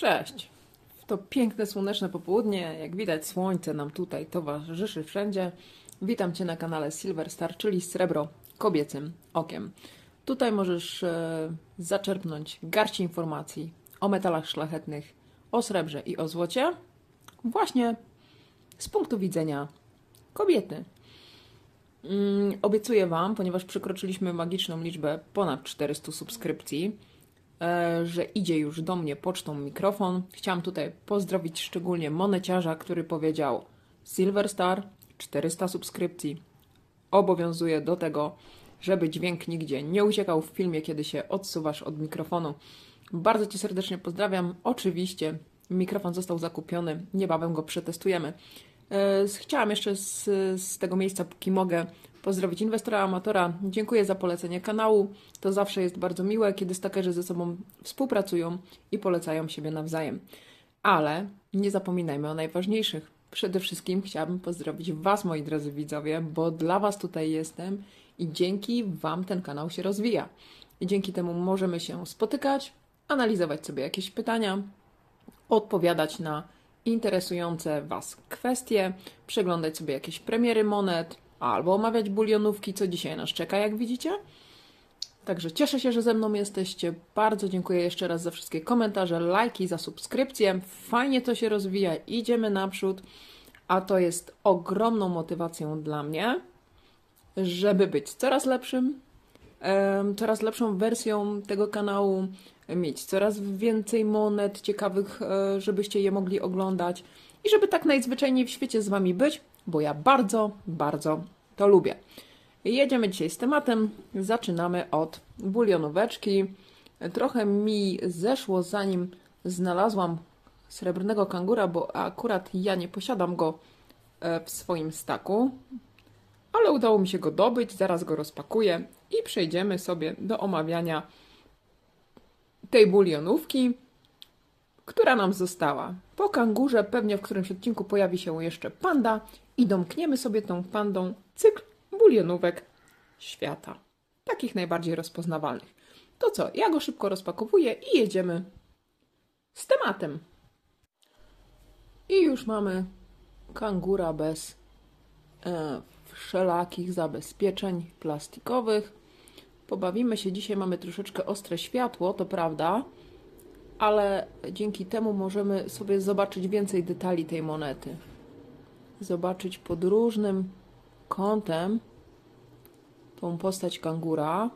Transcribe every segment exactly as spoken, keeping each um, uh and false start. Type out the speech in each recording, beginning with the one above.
Cześć! W to piękne, słoneczne popołudnie, jak widać słońce nam tutaj towarzyszy wszędzie. Witam Cię na kanale Silver Star, czyli Srebro Kobiecym Okiem. Tutaj możesz e, zaczerpnąć garść informacji o metalach szlachetnych, o srebrze i o złocie właśnie z punktu widzenia kobiety. Mm, obiecuję Wam, ponieważ przekroczyliśmy magiczną liczbę ponad czterystu subskrypcji, że idzie już do mnie pocztą mikrofon. Chciałam tutaj pozdrowić szczególnie moneciarza, który powiedział: Silver Star, czterysta subskrypcji. Obowiązuje do tego, żeby dźwięk nigdzie nie uciekał w filmie, kiedy się odsuwasz od mikrofonu. Bardzo Cię serdecznie pozdrawiam. Oczywiście mikrofon został zakupiony, niebawem go przetestujemy. Chciałam jeszcze z, z tego miejsca, póki mogę, pozdrowić inwestora amatora. Dziękuję za polecenie kanału. To zawsze jest bardzo miłe, kiedy stakerzy ze sobą współpracują i polecają siebie nawzajem. Ale nie zapominajmy o najważniejszych. Przede wszystkim chciałabym pozdrowić Was, moi drodzy widzowie, bo dla Was tutaj jestem i dzięki Wam ten kanał się rozwija. I dzięki temu możemy się spotykać, analizować sobie jakieś pytania, odpowiadać na interesujące Was kwestie, przeglądać sobie jakieś premiery monet, albo omawiać bulionówki, co dzisiaj nas czeka, jak widzicie. Także cieszę się, że ze mną jesteście. Bardzo dziękuję jeszcze raz za wszystkie komentarze, lajki, za subskrypcję. Fajnie to się rozwija, idziemy naprzód, a to jest ogromną motywacją dla mnie, żeby być coraz lepszym, coraz lepszą wersją tego kanału, mieć coraz więcej monet ciekawych, żebyście je mogli oglądać i żeby tak najzwyczajniej w świecie z Wami być, bo ja bardzo, bardzo to lubię. Jedziemy dzisiaj z tematem. Zaczynamy od bulionóweczki. Trochę mi zeszło, zanim znalazłam srebrnego kangura, bo akurat ja nie posiadam go w swoim staku, ale udało mi się go dobyć. Zaraz go rozpakuję i przejdziemy sobie do omawiania tej bulionówki, która nam została. Po kangurze pewnie w którymś odcinku pojawi się jeszcze panda i domkniemy sobie tą pandą cykl bulionówek świata. Takich najbardziej rozpoznawalnych. To co? Ja go szybko rozpakowuję i jedziemy z tematem. I już mamy kangura bez e, wszelakich zabezpieczeń plastikowych. Pobawimy się dzisiaj, mamy troszeczkę ostre światło, to prawda, ale dzięki temu możemy sobie zobaczyć więcej detali tej monety. Zobaczyć pod różnym kątem tą postać kangura.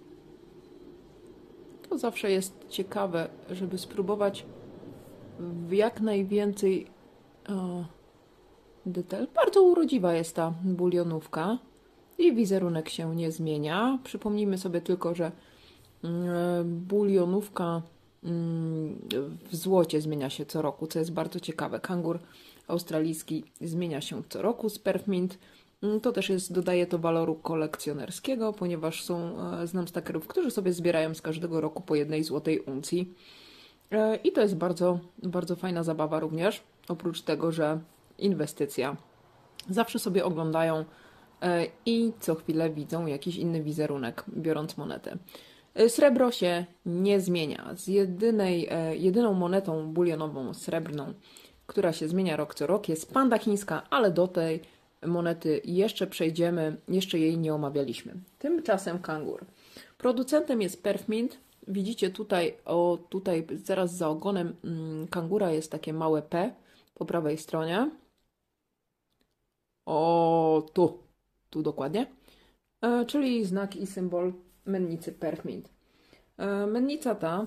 To zawsze jest ciekawe, żeby spróbować w jak najwięcej o, detali. Bardzo urodziwa jest ta bulionówka i wizerunek się nie zmienia. Przypomnijmy sobie tylko, że bulionówka w złocie zmienia się co roku, co jest bardzo ciekawe. Kangur australijski zmienia się co roku z Perfmint. To też jest, dodaje to waloru kolekcjonerskiego, ponieważ są, znam stakerów, którzy sobie zbierają z każdego roku po jednej złotej uncji. I to jest bardzo, bardzo fajna zabawa również, oprócz tego, że inwestycja. Zawsze sobie oglądają i co chwilę widzą jakiś inny wizerunek, biorąc monetę. Srebro się nie zmienia. Z jedynej, jedyną monetą bulionową srebrną, która się zmienia rok co rok, jest panda chińska, ale do tej monety jeszcze przejdziemy, jeszcze jej nie omawialiśmy. Tymczasem kangur. Producentem jest Perfmint. Widzicie tutaj, o, tutaj zaraz za ogonem mm, kangura jest takie małe P po prawej stronie. O, tu, tu dokładnie. E, czyli znak i symbol mennicy Perfmint. E, mennica ta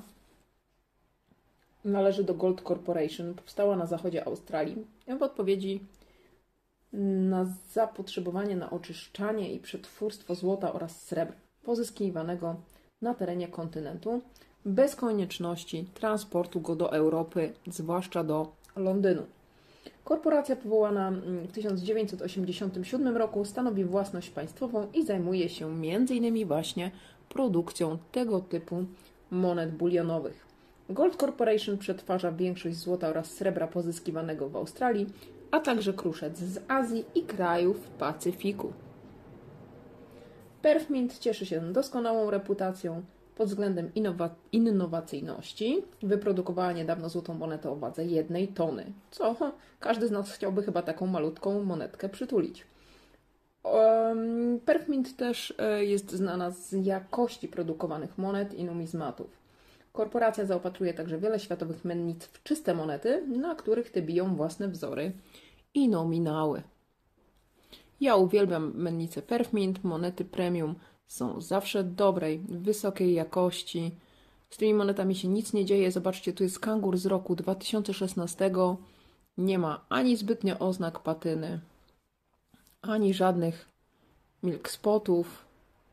należy do Gold Corporation. Powstała na zachodzie Australii w odpowiedzi na zapotrzebowanie na oczyszczanie i przetwórstwo złota oraz srebra pozyskiwanego na terenie kontynentu bez konieczności transportu go do Europy, zwłaszcza do Londynu. Korporacja powołana w tysiąc dziewięćset osiemdziesiątym siódmym roku stanowi własność państwową i zajmuje się między innymi właśnie produkcją tego typu monet bulionowych. Gold Corporation przetwarza większość złota oraz srebra pozyskiwanego w Australii, a także kruszec z Azji i krajów Pacyfiku. Perfmint cieszy się doskonałą reputacją pod względem innowa innowacyjności. Wyprodukowała niedawno złotą monetę o wadze jednej tony, co każdy z nas chciałby chyba taką malutką monetkę przytulić. Um, Perfmint też jest znana z jakości produkowanych monet i numizmatów. Korporacja zaopatruje także wiele światowych mennic w czyste monety, na których te biją własne wzory i nominały. Ja uwielbiam mennice Perfmint, monety premium są zawsze dobrej, wysokiej jakości. Z tymi monetami się nic nie dzieje. Zobaczcie, tu jest kangur z roku dwa tysiące szesnastego. Nie ma ani zbytnio oznak patyny, ani żadnych milk spotów.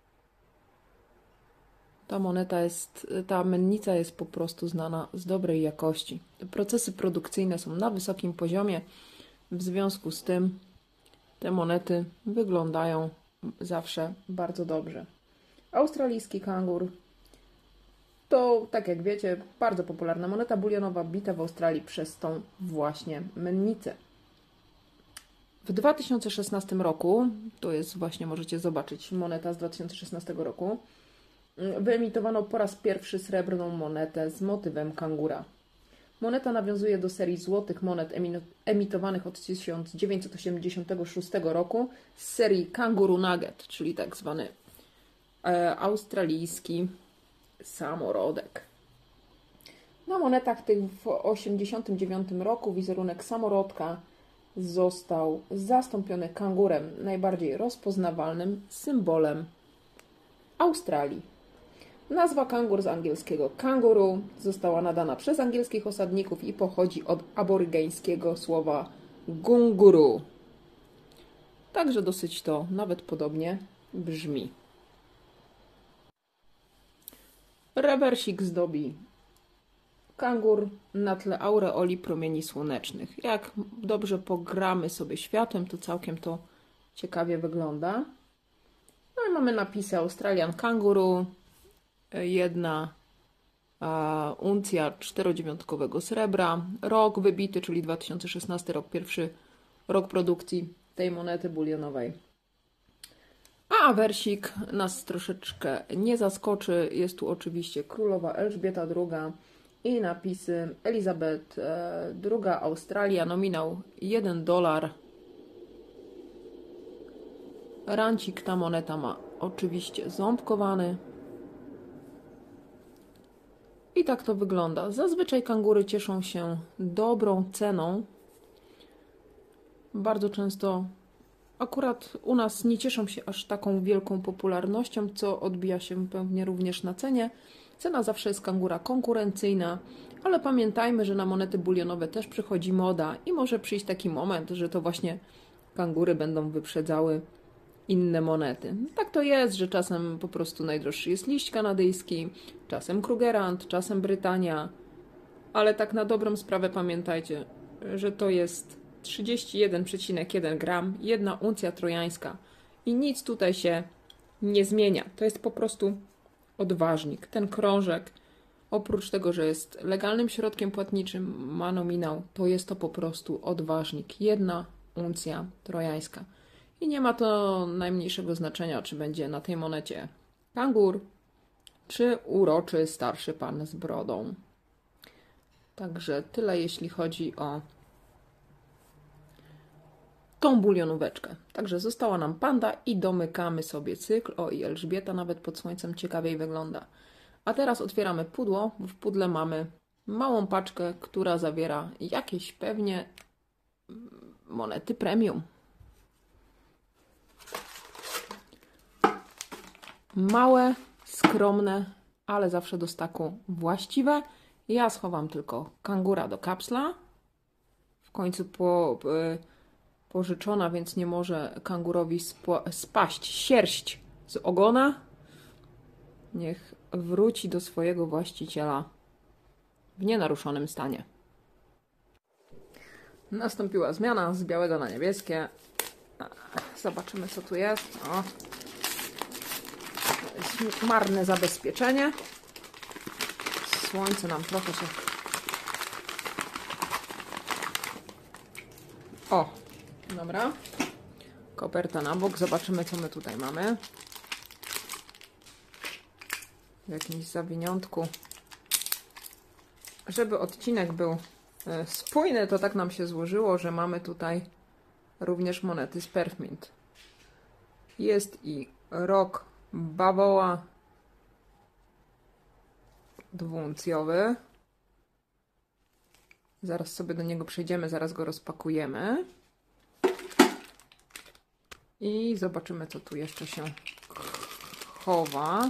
Ta moneta jest, ta mennica jest po prostu znana z dobrej jakości. Procesy produkcyjne są na wysokim poziomie. W związku z tym te monety wyglądają zawsze bardzo dobrze. Australijski kangur to, tak jak wiecie, bardzo popularna moneta bulionowa bita w Australii przez tą właśnie mennicę. W dwa tysiące szesnastym roku, to jest właśnie, możecie zobaczyć, moneta z dwa tysiące szesnastego roku, wyemitowano po raz pierwszy srebrną monetę z motywem kangura. Moneta nawiązuje do serii złotych monet emitowanych od tysiąc dziewięćset osiemdziesiątego szóstego roku z serii Kanguru Nugget, czyli tak zwany e, australijski samorodek. Na monetach tych w tysiąc dziewięćset osiemdziesiątym dziewiątym roku wizerunek samorodka został zastąpiony kangurem, najbardziej rozpoznawalnym symbolem Australii. Nazwa kangur z angielskiego kanguru została nadana przez angielskich osadników i pochodzi od aborygeńskiego słowa gunguru. Także dosyć to nawet podobnie brzmi. Rewersik zdobi kangur na tle aureoli promieni słonecznych. Jak dobrze pogramy sobie światłem, to całkiem to ciekawie wygląda. No i mamy napisy Australian Kanguru. Jedna a, uncja czterodziewiątkowego srebra, rok wybity, czyli dwa tysiące szesnasty rok, pierwszy rok produkcji tej monety bulionowej. A awersik nas troszeczkę nie zaskoczy. Jest tu oczywiście królowa Elżbieta druga i napisy Elizabeth druga Australia, nominał jeden dolar. Rancik, ta moneta ma oczywiście ząbkowany. I tak to wygląda. Zazwyczaj kangury cieszą się dobrą ceną. Bardzo często akurat u nas nie cieszą się aż taką wielką popularnością, co odbija się pewnie również na cenie. Cena zawsze jest kangura konkurencyjna, ale pamiętajmy, że na monety bulionowe też przychodzi moda i może przyjść taki moment, że to właśnie kangury będą wyprzedzały inne monety. Tak to jest, że czasem po prostu najdroższy jest liść kanadyjski, czasem Krugerrand, czasem Brytania, ale tak na dobrą sprawę pamiętajcie, że to jest trzydzieści jeden przecinek jeden gram, jedna uncja trojańska i nic tutaj się nie zmienia. To jest po prostu odważnik. Ten krążek, oprócz tego, że jest legalnym środkiem płatniczym, ma nominał, to jest to po prostu odważnik. Jedna uncja trojańska. I nie ma to najmniejszego znaczenia, czy będzie na tej monecie kangur, czy uroczy starszy pan z brodą. Także tyle, jeśli chodzi o tą bulionóweczkę. Także została nam panda i domykamy sobie cykl. O, i Elżbieta nawet pod słońcem ciekawiej wygląda. A teraz otwieramy pudło. W pudle mamy małą paczkę, która zawiera jakieś pewnie monety premium. Małe, skromne, ale zawsze do staku właściwe. Ja schowam tylko kangura do kapsla. W końcu po, pożyczona, więc nie może kangurowi spaść sierść z ogona. Niech wróci do swojego właściciela w nienaruszonym stanie. Nastąpiła zmiana z białego na niebieskie. Zobaczymy, co tu jest. O. Marne zabezpieczenie. Słońce nam trochę się... O, dobra. Koperta na bok. Zobaczymy, co my tutaj mamy. w jakimś zawiniątku. Żeby odcinek był spójny, to tak nam się złożyło, że mamy tutaj również monety z Perfmint. Jest i rok bawoła dwuuncjowy. Zaraz sobie do niego przejdziemy, zaraz go rozpakujemy. I zobaczymy, co tu jeszcze się chowa.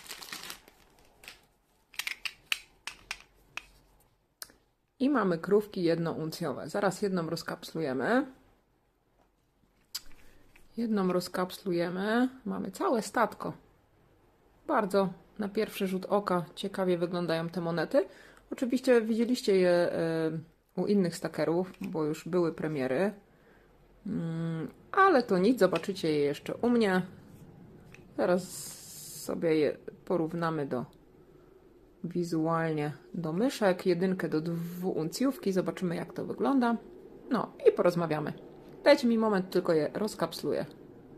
I mamy krówki jednouncjowe. Zaraz jedną rozkapslujemy. Jedną rozkapslujemy. Mamy całe statko. Bardzo na pierwszy rzut oka ciekawie wyglądają te monety. Oczywiście widzieliście je u innych stakerów, bo już były premiery. Ale to nic, zobaczycie je jeszcze u mnie. Teraz sobie je porównamy do wizualnie do myszek, jedynkę do dwuuncjówki, zobaczymy jak to wygląda. No i porozmawiamy. Dajcie mi moment, tylko je rozkapsluję.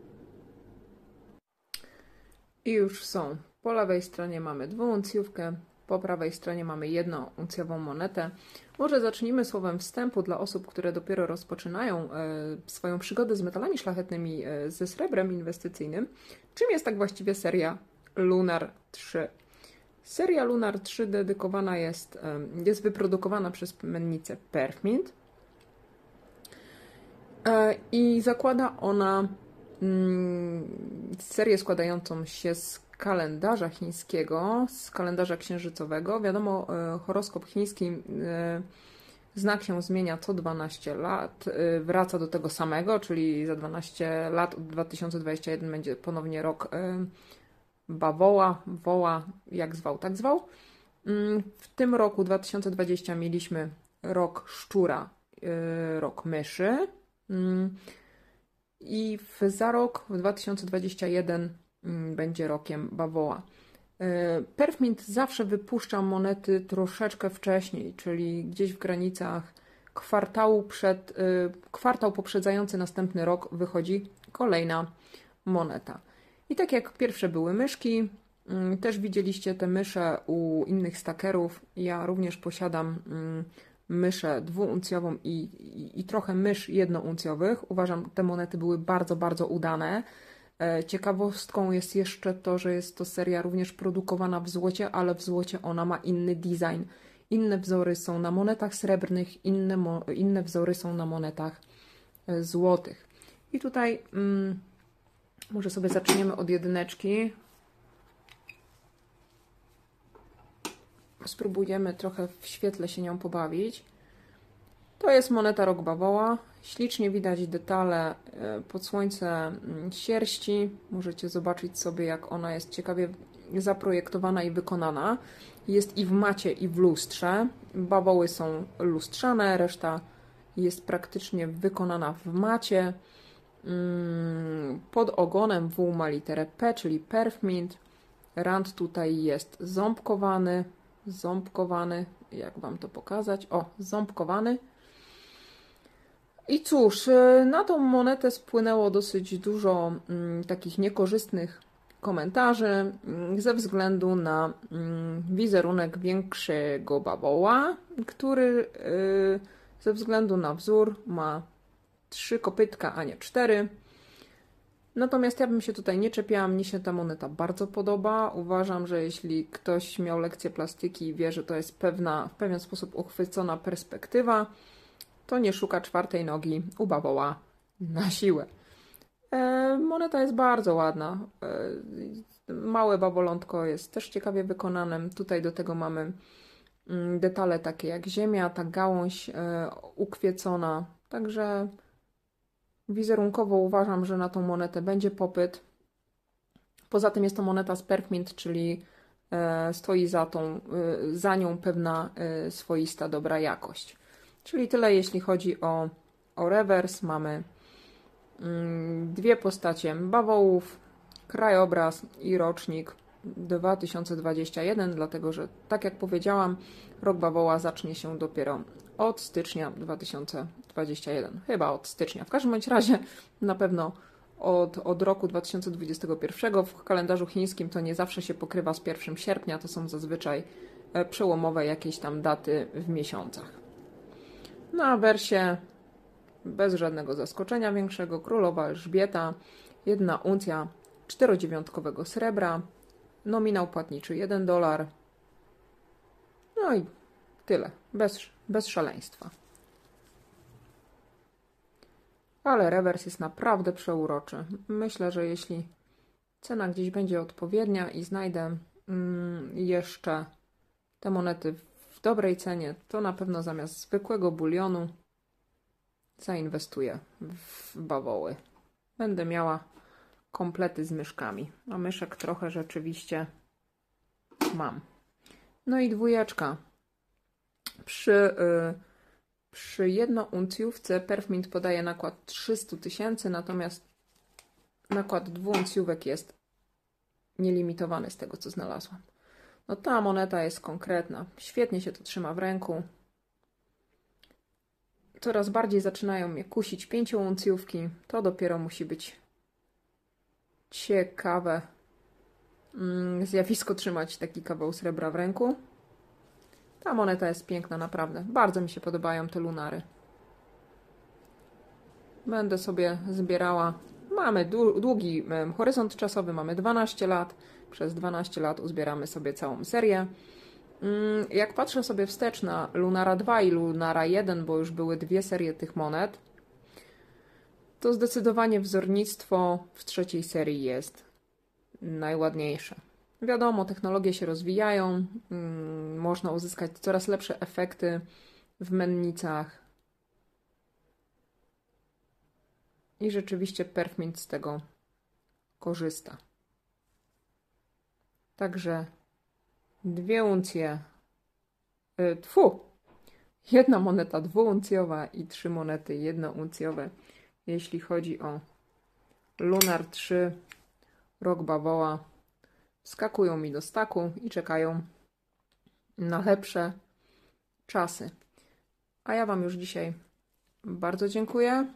I już są. Po lewej stronie mamy dwuuncjówkę, po prawej stronie mamy jednouncjową monetę. Może zacznijmy słowem wstępu dla osób, które dopiero rozpoczynają e, swoją przygodę z metalami szlachetnymi, e, ze srebrem inwestycyjnym. Czym jest tak właściwie seria Lunar trzy? Seria Lunar trzy dedykowana jest, e, jest wyprodukowana przez mennicę Perfmint e, i zakłada ona mm, serię składającą się z kalendarza chińskiego, z kalendarza księżycowego. Wiadomo, horoskop chiński, znak się zmienia co dwanaście lat, wraca do tego samego, czyli za dwanaście lat od dwa tysiące dwudziestego pierwszego będzie ponownie rok bawoła, woła, jak zwał, tak zwał. W tym roku dwa tysiące dwudziestym mieliśmy rok szczura, rok myszy i w, za rok w dwa tysiące dwudziestym pierwszym będzie rokiem bawoła. Perfmint zawsze wypuszcza monety troszeczkę wcześniej, czyli gdzieś w granicach kwartału przed, kwartał poprzedzający następny rok wychodzi kolejna moneta. I tak jak pierwsze były myszki, też widzieliście te mysze u innych stakerów. Ja również posiadam myszę dwuuncjową i, i, i trochę mysz jednouncjowych. Uważam, te monety były bardzo, bardzo udane. Ciekawostką jest jeszcze to, że jest to seria również produkowana w złocie, ale w złocie ona ma inny design. Inne wzory są na monetach srebrnych, inne, inne wzory są na monetach złotych. I tutaj mm, może sobie zaczniemy od jedyneczki. Spróbujemy trochę w świetle się nią pobawić. To jest moneta rok bawoła. Ślicznie widać detale pod słońce sierści. Możecie zobaczyć sobie, jak ona jest ciekawie zaprojektowana i wykonana. Jest i w macie, i w lustrze. Bawoły są lustrzane, reszta jest praktycznie wykonana w macie. Pod ogonem W ma literę P, czyli Perfmint. Rand tutaj jest ząbkowany. Ząbkowany. Jak Wam to pokazać? O, ząbkowany. I cóż, na tą monetę spłynęło dosyć dużo mm, takich niekorzystnych komentarzy mm, ze względu na mm, wizerunek większego bawoła, który yy, ze względu na wzór ma trzy kopytka, a nie cztery. Natomiast ja bym się tutaj nie czepiała, mnie się ta moneta bardzo podoba. Uważam, że jeśli ktoś miał lekcję plastyki i wie, że to jest pewna, w pewien sposób uchwycona perspektywa, to nie szuka czwartej nogi u bawoła na siłę. E, moneta jest bardzo ładna. E, małe bawolątko jest też ciekawie wykonane. Tutaj do tego mamy mm, detale takie jak ziemia, ta gałąź e, ukwiecona. Także wizerunkowo uważam, że na tą monetę będzie popyt. Poza tym jest to moneta z Perfmint, czyli e, stoi za, tą, e, za nią pewna e, swoista, dobra jakość. Czyli tyle, jeśli chodzi o, o rewers. Mamy mm, dwie postacie bawołów, krajobraz i rocznik dwa tysiące dwudziesty pierwszy, dlatego że, tak jak powiedziałam, rok bawoła zacznie się dopiero od stycznia dwa tysiące dwudziestego pierwszego. Chyba od stycznia. W każdym bądź razie na pewno od, od roku dwa tysiące dwudziestego pierwszego. W kalendarzu chińskim to nie zawsze się pokrywa z pierwszego sierpnia, to są zazwyczaj przełomowe jakieś tam daty w miesiącach. Na awersie bez żadnego zaskoczenia większego królowa Elżbieta, jedna uncja czterodziewiątkowego srebra, nominał płatniczy jeden dolar. No i tyle, bez, bez szaleństwa. Ale rewers jest naprawdę przeuroczy. Myślę, że jeśli cena gdzieś będzie odpowiednia i znajdę mm, jeszcze te monety w dobrej cenie, to na pewno zamiast zwykłego bulionu zainwestuję w bawoły. Będę miała komplety z myszkami, a myszek trochę rzeczywiście mam. No i dwójeczka. Przy, yy, przy jednouncjówce Perfmint podaje nakład trzysta tysięcy, natomiast nakład dwuuncjówek jest nielimitowany z tego, co znalazłam. No ta moneta jest konkretna. Świetnie się to trzyma w ręku. Coraz bardziej zaczynają mnie kusić pięciouncjówki. To dopiero musi być ciekawe mm, zjawisko trzymać taki kawał srebra w ręku. Ta moneta jest piękna, naprawdę. Bardzo mi się podobają te lunary. Będę sobie zbierała. Mamy długi horyzont czasowy, mamy dwanaście lat. Przez dwanaście lat uzbieramy sobie całą serię. Jak patrzę sobie wstecz na Lunara dwa i Lunara jeden, bo już były dwie serie tych monet, to zdecydowanie wzornictwo w trzeciej serii jest najładniejsze. Wiadomo, technologie się rozwijają, można uzyskać coraz lepsze efekty w mennicach i rzeczywiście Perfmint z tego korzysta. Także dwie uncje, yy, tfu, jedna moneta dwuuncjowa i trzy monety jednouncjowe, jeśli chodzi o Lunar trzy, Rok Bawoła, wskakują mi do staku i czekają na lepsze czasy. A ja Wam już dzisiaj bardzo dziękuję.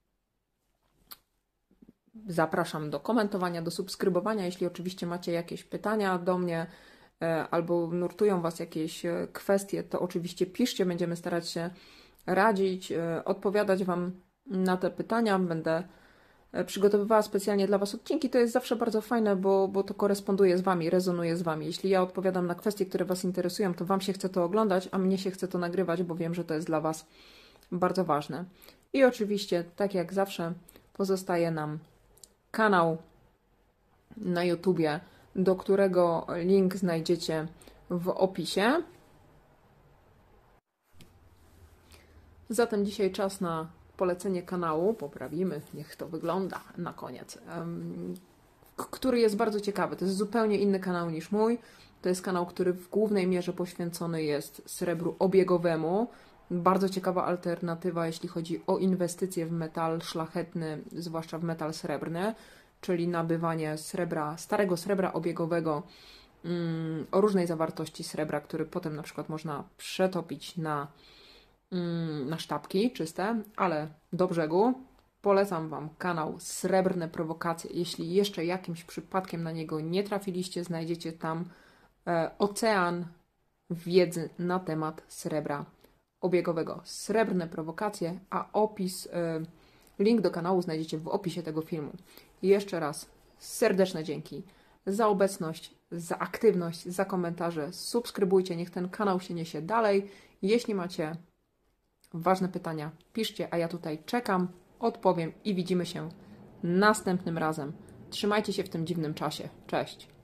Zapraszam do komentowania, do subskrybowania. Jeśli oczywiście macie jakieś pytania do mnie albo nurtują Was jakieś kwestie, to oczywiście piszcie. Będziemy starać się radzić, odpowiadać Wam na te pytania. Będę przygotowywała specjalnie dla Was odcinki. To jest zawsze bardzo fajne, bo, bo to koresponduje z Wami, rezonuje z Wami. Jeśli ja odpowiadam na kwestie, które Was interesują, to Wam się chce to oglądać, a mnie się chce to nagrywać, bo wiem, że to jest dla Was bardzo ważne. I oczywiście, tak jak zawsze, pozostaje nam kanał na YouTubie, do którego link znajdziecie w opisie. Zatem dzisiaj czas na polecenie kanału. Poprawimy, niech to wygląda na koniec. Który jest bardzo ciekawy. To jest zupełnie inny kanał niż mój. To jest kanał, który w głównej mierze poświęcony jest srebru obiegowemu. Bardzo ciekawa alternatywa, jeśli chodzi o inwestycje w metal szlachetny, zwłaszcza w metal srebrny, czyli nabywanie srebra, starego srebra obiegowego mm, o różnej zawartości srebra, który potem na przykład można przetopić na, mm, na sztabki czyste, ale do brzegu. Polecam Wam kanał Srebrne Prowokacje. Jeśli jeszcze jakimś przypadkiem na niego nie trafiliście, znajdziecie tam e, ocean wiedzy na temat srebra obiegowego. Srebrne Prowokacje, a opis, y, link do kanału znajdziecie w opisie tego filmu. I jeszcze raz serdeczne dzięki za obecność, za aktywność, za komentarze. Subskrybujcie, niech ten kanał się niesie dalej. Jeśli macie ważne pytania, piszcie, a ja tutaj czekam, odpowiem i widzimy się następnym razem. Trzymajcie się w tym dziwnym czasie. Cześć!